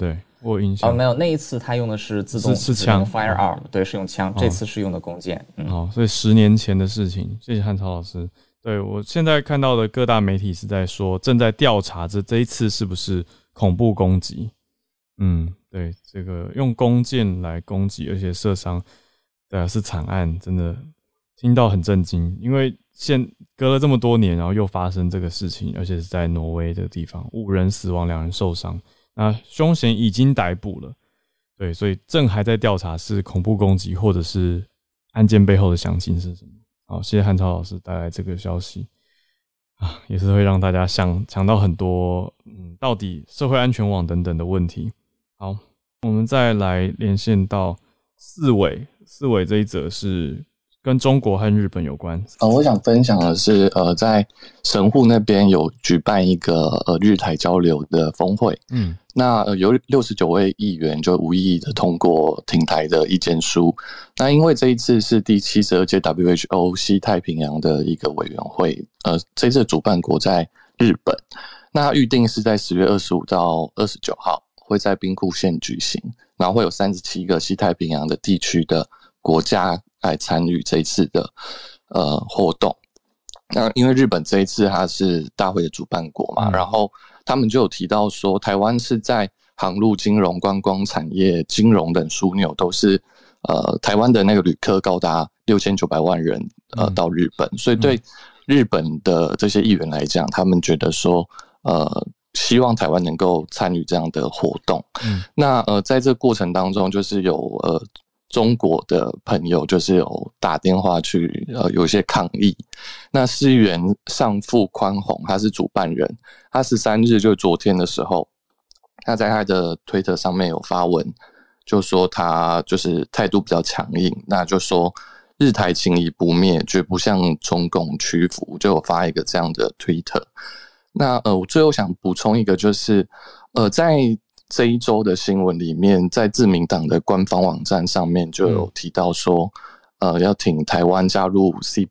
S1: 我有印象。
S4: 没有，那一次他用的是自动
S1: 是枪
S4: firearm，对，是用枪。这次是用的弓箭。
S1: 所以10年前的事情。谢谢汉超老师。对，我现在看到的各大媒体是在说，正在调查这一次是不是恐怖攻击。对，这个用弓箭来攻击，而且射伤，对啊，是惨案，真的听到很震惊。因为隔了这么多年，然后又发生这个事情，而且是在挪威的地方，5人死亡，2人受伤。那凶嫌已经逮捕了，对，所以正还在调查是恐怖攻击，或者是案件背后的详情是什么。好，谢谢汉超老师带来这个消息也是会让大家想到很多到底社会安全网等等的问题。好，我们再来连线到四伟这一则是跟中国和日本有关。
S5: 我想分享的是在神户那边有举办一个日台交流的峰会。那有69位议员就无异议的通过挺台的意见书。那因为这一次是第72届 WHO 西太平洋的一个委员会，这次的主办国在日本。那预定是在10月25到29号会在兵库县举行，然后会有37个西太平洋的地区的国家来参与这一次的活动。那因为日本这一次它是大会的主办国嘛，然后他们就有提到说，台湾是在航路、金融、观光产业、金融等枢纽都是台湾的那个旅客高达6900万人到日本，所以对日本的这些议员来讲，他们觉得说希望台湾能够参与这样的活动。那在这个过程当中，就是有中国的朋友就是有打电话去有一些抗议。那市议员上富宽宏他是主办人，他13日就是昨天的时候，他在他的推特上面有发文，就说他就是态度比较强硬，那就说日台情谊不灭，绝不向中共屈服，就有发一个这样的推特。那我最后想补充一个，就是在这一周的新闻里面，在自民党的官方网站上面就有提到说要挺台湾加入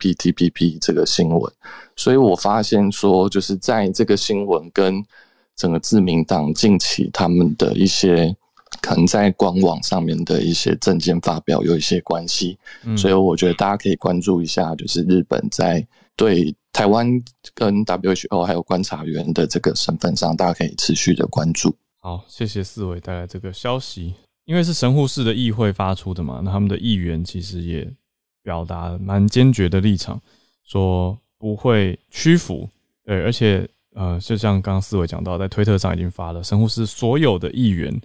S5: CPTPP 这个新闻。所以我发现说，就是在这个新闻跟整个自民党近期他们的一些可能在官网上面的一些政见发表有一些关系。所以我觉得大家可以关注一下，就是日本在对台湾跟 WHO 还有观察员的这个身份上，大家可以持续的关注。
S1: 好，谢谢四位带来这个消息。因为是神户市的议会发出的嘛，那他们的议员其实也表达蛮坚决的立场，说不会屈服。对，而且就像刚刚四位讲到，在推特上已经发了，神户市所有的议员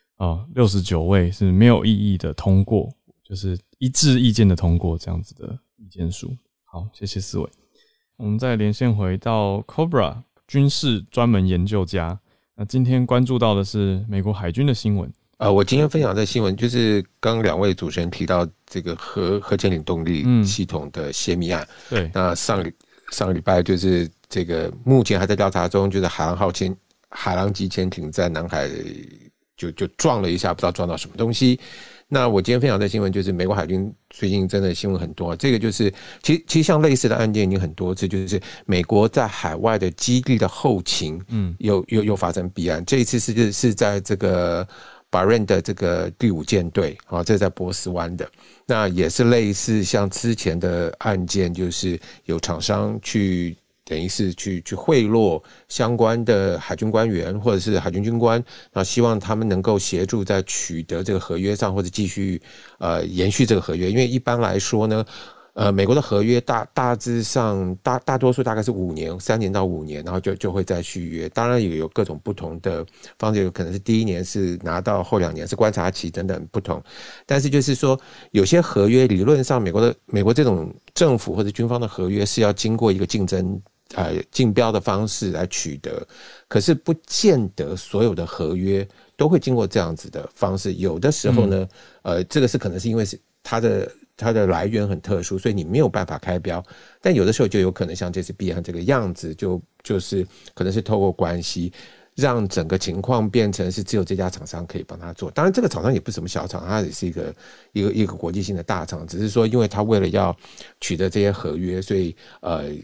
S1: 69位是没有异议的通过，就是一致意见的通过这样子的意见书。好，谢谢四位。我们再连线回到 Cobra 军事专门研究家。那今天关注到的是美国海军的新闻。
S6: 我今天分享的新闻就是刚两位主持人提到这个核潜艇动力系统的泄密案。对，那上个礼拜就是这个目前还在调查中，就是海狼级潜艇在南海就撞了一下，不知道撞到什么东西。那我今天分享的新闻就是美国海军最近真的新闻很多，这个就是其实像类似的案件已经很多次，就是美国在海外的基地的后勤又发生弊案。这一次是在这个巴瑞的这个第5舰队这是在波斯湾的。那也是类似像之前的案件，就是有厂商去等于是去贿赂相关的海军官员或者是海军军官，然后希望他们能够协助在取得这个合约上，或者继续延续这个合约。因为一般来说呢，美国的合约大致上大多数大概是5年，3年到5年，然后就会再续约。当然也有各种不同的方式，有可能是第1年是拿到，后2年是观察期等等不同。但是就是说，有些合约理论上美国这种政府或者军方的合约是要经过一个竞标的方式来取得，可是不见得所有的合约都会经过这样子的方式。有的时候呢，这个是可能是因为是它的来源很特殊，所以你没有办法开标。但有的时候就有可能像这次弊案这个样子，就是可能是透过关系，让整个情况变成是只有这家厂商可以帮他做。当然这个厂商也不是什么小厂，它也是一个国际性的大厂，只是说因为他为了要取得这些合约，所以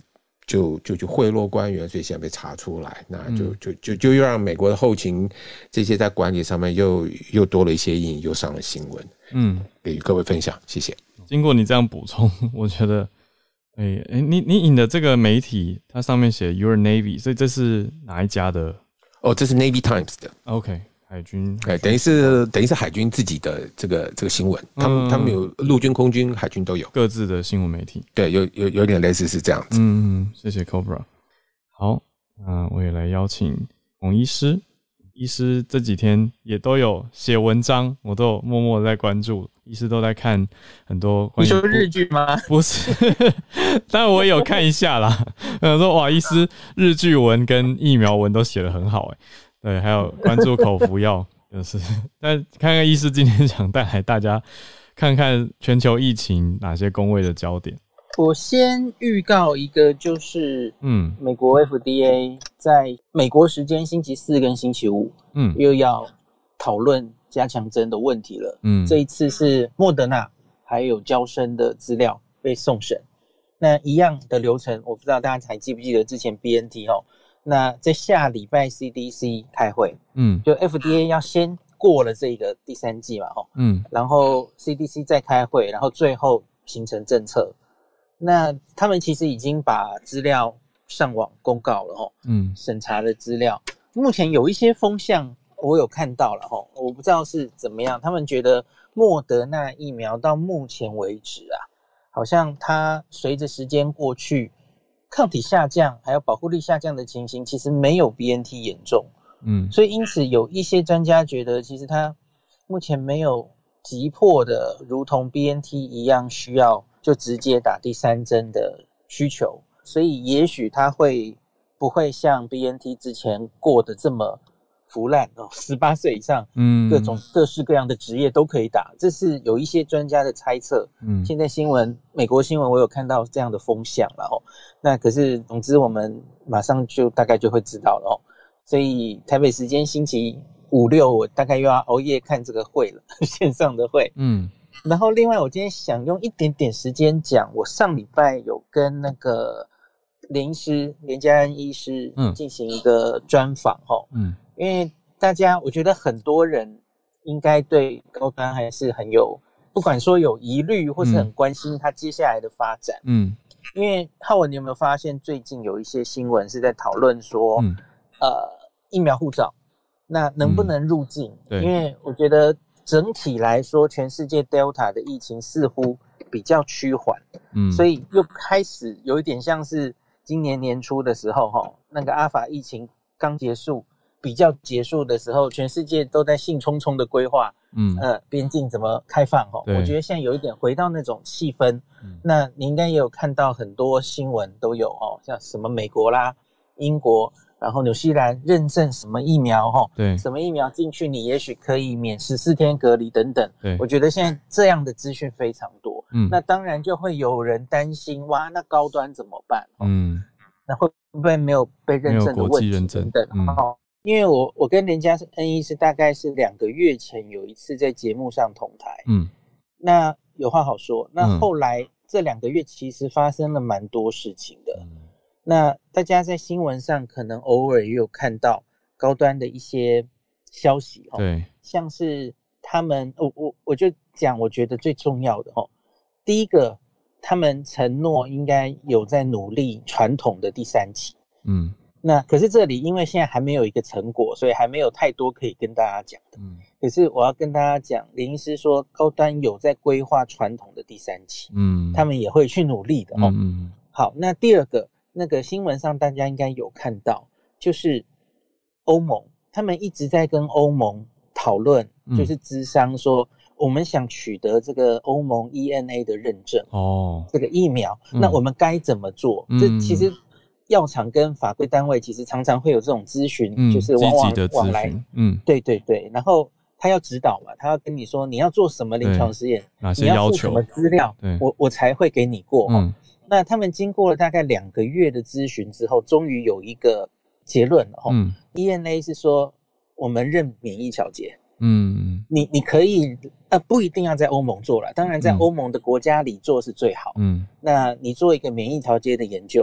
S6: 就贿赂官员，所以现在被查出来，那就又让美国的后勤这些在管理上面又多了一些阴影，又上了新闻。给各位分享，谢谢。
S1: 经过你这样补充，我觉得，你引的这个媒体，它上面写 Your Navy， 所以这是哪一家的？
S6: 这是 Navy Times 的。
S1: OK， 海军。
S6: 等于是海军自己的这个新闻，他们有陆军、空军、海军都有
S1: 各自的新闻媒体。
S6: 对，有点类似是这样子。
S1: 谢谢 Cobra。好，我也来邀请洪医师。医师这几天也都有写文章，我都有默默的在关注。医师都在看很多关于，
S7: 你说日剧吗？
S1: 不是，当然我也有看一下啦。我想说，哇，医师日剧文跟疫苗文都写得很好对，还有关注口服药，就是。但看看医师今天想带来大家看看全球疫情哪些公卫的焦点。
S7: 我先预告一个，就是美国 FDA 在美国时间星期四跟星期五，又要讨论加强针的问题了。这一次是莫德纳还有嬌生的资料被送审。那一样的流程，我不知道大家还记不记得之前 BNT 那在下礼拜 CDC 开会，就 FDA 要先过了这个第三季嘛，然后 CDC 再开会，然后最后形成政策。那他们其实已经把资料上网公告了审查的资料，目前有一些风向我有看到了我不知道是怎么样。他们觉得莫德纳疫苗到目前为止好像它随着时间过去，抗体下降还有保护力下降的情形其实没有 BNT 严重。所以因此有一些专家觉得其实它目前没有急迫的如同 BNT 一样需要就直接打第三针的需求，所以也许它不会像 BNT 之前过得这么腐烂18岁以上各式各样的职业都可以打，这是有一些专家的猜测。现在美国新闻我有看到这样的风向了那可是总之我们马上就大概就会知道了所以台北时间星期5、6我大概又要熬夜看这个会了线上的会。然后另外我今天想用一点点时间讲，我上礼拜有跟那个连家安医师进行一个专访因为大家我觉得很多人应该对高端还是很有，不管说有疑虑或是很关心他接下来的发展。因为浩文你有没有发现最近有一些新闻是在讨论说疫苗护照那能不能入境？因为我觉得整体来说全世界 Delta 的疫情似乎比较趋缓，所以又开始有一点像是今年年初的时候那个阿法疫情刚结束比较结束的时候，全世界都在兴冲冲的规划边境怎么开放我觉得现在有一点回到那种气氛。那你应该也有看到很多新闻都有像什么美国啦、英国然后纽西兰认证什么疫苗对，什么疫苗进去你也许可以免14天隔离等等。我觉得现在这样的资讯非常多。那当然就会有人担心，哇，那高端怎么办？那会不会没有被认证的问题等等。因为我跟连家恩医师大概是2个月前有一次在节目上同台，那有话好说。那后来这2个月其实发生了蛮多事情的。那大家在新闻上可能偶尔也有看到高端的一些消息对，像是他们我就讲我觉得最重要的第一个，他们承诺应该有在努力传统的第3期。那可是这里因为现在还没有一个成果，所以还没有太多可以跟大家讲的。可是我要跟大家讲，林医师说高端有在规划传统的第3期，他们也会去努力的好，那第二个，那个新闻上大家应该有看到，就是欧盟他们一直在跟欧盟讨论，就是咨商说我们想取得这个欧盟 EMA 的认证这个疫苗，那我们该怎么做？这其实药厂跟法规单位其实常常会有这种咨询，就是往来，对对对，然后他要指导嘛，他要跟你说你要做什么临床实验，
S1: 哪些要求，
S7: 你要付什么资料，我才会给你过。那他们经过了大概2个月的咨询之后，终于有一个结论了EMA 是说我们认免疫调节。你可以不一定要在欧盟做了，当然在欧盟的国家里做是最好。那你做一个免疫调节的研究，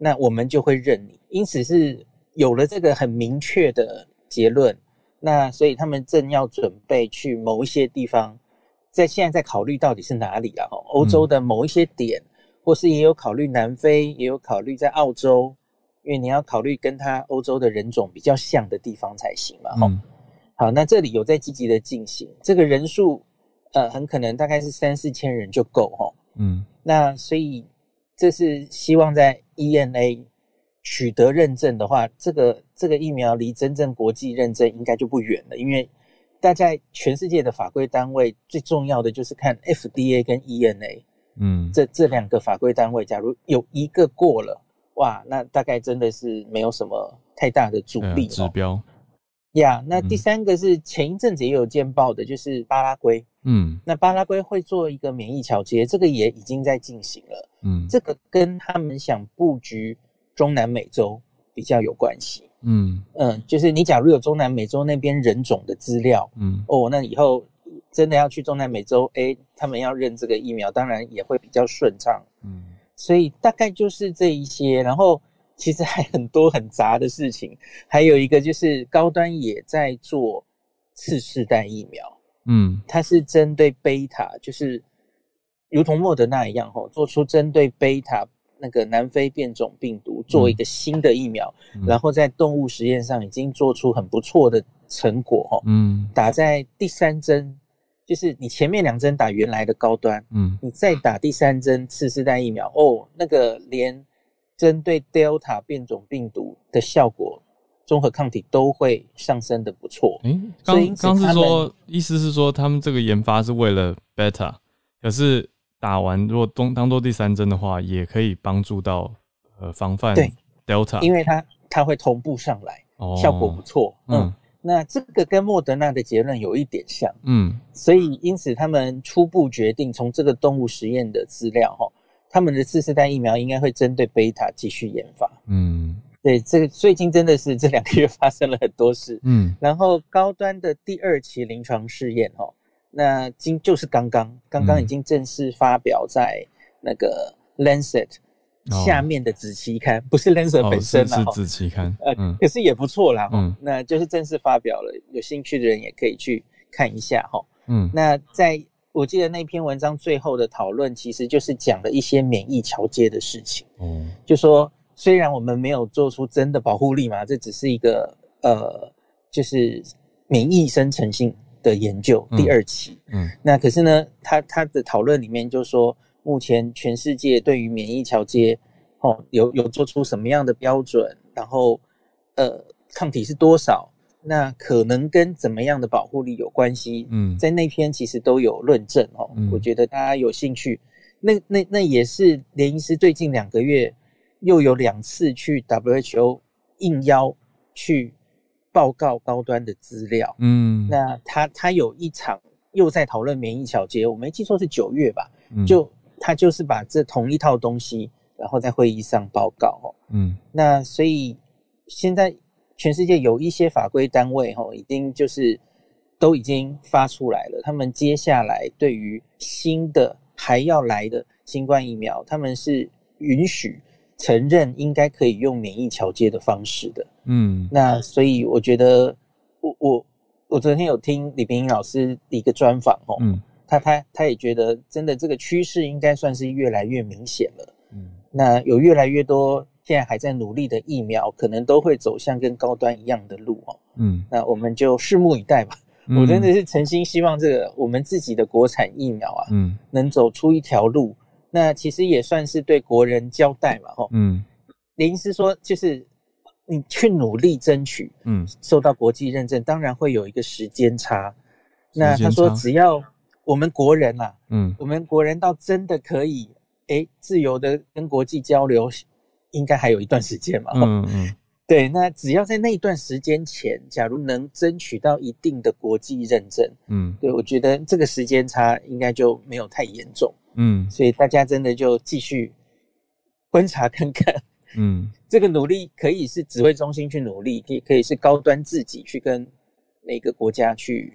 S7: 那我们就会认你。因此是有了这个很明确的结论，那所以他们正要准备去某一些地方，现在在考虑到底是哪里啦，欧洲的某一些点，或是也有考虑南非，也有考虑在澳洲，因为你要考虑跟他欧洲的人种比较像的地方才行嘛。好，那这里有在积极的进行，这个人数很可能大概是3-4千人就够那所以这是希望在 EMA 取得认证的话，这个疫苗离真正国际认证应该就不远了，因为大家全世界的法规单位最重要的就是看 FDA 跟 EMA，这两个法规单位，假如有一个过了，哇，那大概真的是没有什么太大的阻力
S1: 指标。
S7: 那第三个是前一阵子也有见报的，就是巴拉圭。那巴拉圭会做一个免疫桥接，这个也已经在进行了。这个跟他们想布局中南美洲比较有关系。就是你假如有中南美洲那边人种的资料，那以后真的要去中南美洲，他们要认这个疫苗，当然也会比较顺畅。所以大概就是这一些，然后其实还很多很杂的事情，还有一个就是高端也在做次世代疫苗。它是针对贝塔，就是如同莫德纳一样做出针对贝塔那个南非变种病毒做一个新的疫苗，然后在动物实验上已经做出很不错的成果打在第3针，就是你前面2针打原来的高端，你再打第3针次世代疫苗，那个连针对 Delta 变种病毒的效果综合抗体都会上升的不错。
S1: 刚是说意思是说他们这个研发是为了 Beta， 可是打完如果当做第3针的话，也可以帮助到防范 Delta，
S7: 因为它会同步上来，效果不错。那这个跟莫德纳的结论有一点像。所以因此他们初步决定从这个动物实验的资料他们的次世代疫苗应该会针对贝塔继续研发。对，这个最近真的是这2个月发生了很多事。然后高端的第2期临床试验那就是刚刚已经正式发表在那个 Lancet 下面的子期刊，不是 Lancet 本身啦，
S1: 是子期刊。
S7: 可是也不错啦。那就是正式发表了，有兴趣的人也可以去看一下那我记得那篇文章最后的讨论其实就是讲了一些免疫桥接的事情。就说虽然我们没有做出真的保护力嘛，这只是一个就是免疫生成性的研究，第2期。那可是呢他的讨论里面就说目前全世界对于免疫桥接有做出什么样的标准，然后抗体是多少，那可能跟怎么样的保护力有关系。在那篇其实都有论证我觉得大家有兴趣，那也是连医师最近2个月又有2次去 WHO 应邀去报告高端的资料。那他有一场又在讨论免疫桥接，我没记错是9月吧。他就是把这同一套东西然后在会议上报告那所以现在全世界有一些法规单位已经就是都已经发出来了，他们接下来对于新的还要来的新冠疫苗，他们是允许承认应该可以用免疫桥接的方式的。那所以我觉得我昨天有听李秉颖老师的一个专访他也觉得真的这个趋势应该算是越来越明显了。那有越来越多现在还在努力的疫苗可能都会走向跟高端一样的路那我们就拭目以待吧。我真的是诚心希望这个我们自己的国产疫苗能走出一条路，那其实也算是对国人交代嘛林医师说就是你去努力争取受到国际认证，当然会有一个时间差。那他说只要我们国人我们国人到真的可以自由的跟国际交流，应该还有一段时间嘛对，那只要在那一段时间前，假如能争取到一定的国际认证对，我觉得这个时间差应该就没有太严重所以大家真的就继续观察看看这个努力可以是指挥中心去努力，可以是高端自己去跟每个国家去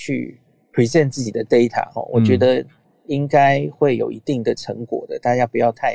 S7: present 自己的 data我觉得应该会有一定的成果的，大家不要太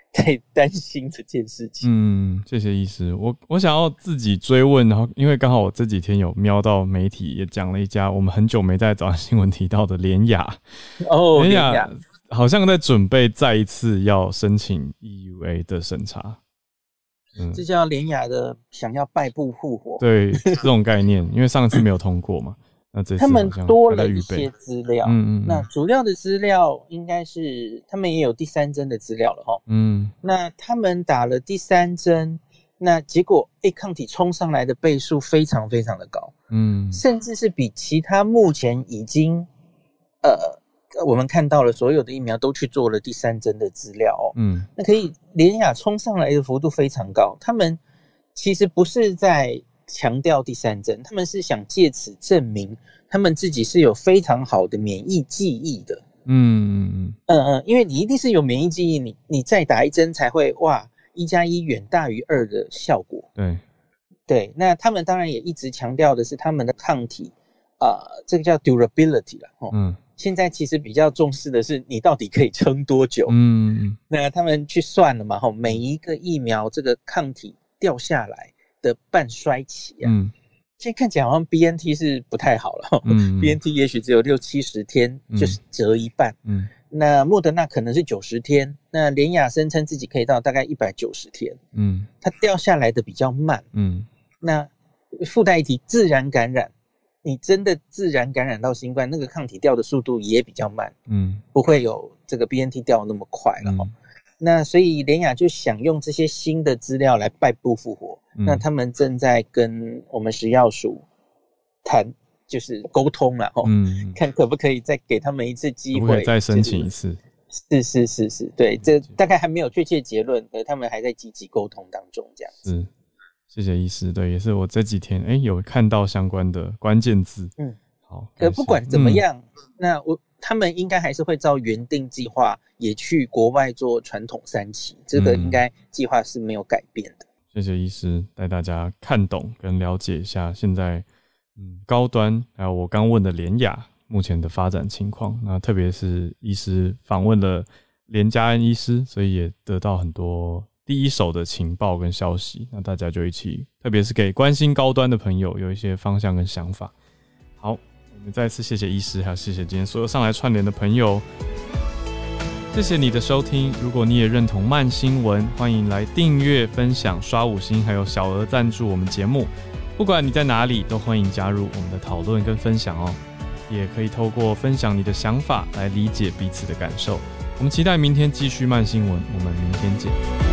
S7: 在担心这件事情。
S1: 谢谢医师。我想要自己追问，然后因为刚好我这几天有瞄到媒体也讲了一家我们很久没在早上新闻提到的联雅。联雅好像在准备再一次要申请 EUA 的审查。
S7: 这叫联雅的想要败部复活。
S1: 对，这种概念，因为上次没有通过嘛。那这次
S7: 他们多了一些资料，那主要的资料应该是他们也有第3针的资料了齁。那他们打了第3针，那结果抗体冲上来的倍数非常非常的高，甚至是比其他目前已经我们看到了所有的疫苗都去做了第3针的资料那可以联雅冲上来的幅度非常高，他们其实不是在强调第3针，他们是想借此证明他们自己是有非常好的免疫记忆的。因为你一定是有免疫记忆，你再打一针才会1+1远大于2的效果。对，那他们当然也一直强调的是他们的抗体这个叫 durability 啦。现在其实比较重视的是你到底可以撑多久。那他们去算了嘛，每一个疫苗这个抗体掉下来的半衰期现在看起来好像 BNT 是不太好了BNT 也许只有60-70天就是折一半那莫德纳可能是90天，那联雅声称自己可以到大概190天它掉下来的比较慢那附带一提自然感染，你真的自然感染到新冠，那个抗体掉的速度也比较慢不会有这个 BNT 掉那么快了那所以联雅就想用这些新的资料来败部复活那他们正在跟我们食药署谈，就是沟通啦看可不可以再给他们一次机会，
S1: 可不可以再申请一次？
S7: 是，对，这大概还没有确切结论，可是他们还在积极沟通当中，这样子。
S1: 谢谢医师，对，也是我这几天有看到相关的关键字。好，
S7: 可不管怎么样，那他们应该还是会照原定计划，也去国外做传统3期，这个应该计划是没有改变的。
S1: 谢谢医师带大家看懂跟了解一下现在高端还有我刚问的联雅目前的发展情况。那特别是医师访问了连嘉恩医师，所以也得到很多第一手的情报跟消息。那大家就一起，特别是给关心高端的朋友有一些方向跟想法。好，我们再次谢谢医师，还有谢谢今天所有上来串联的朋友。谢谢你的收听，如果你也认同慢新闻，欢迎来订阅、分享、刷5星，还有小额赞助我们节目。不管你在哪里，都欢迎加入我们的讨论跟分享哦。也可以透过分享你的想法来理解彼此的感受。我们期待明天继续慢新闻，我们明天见。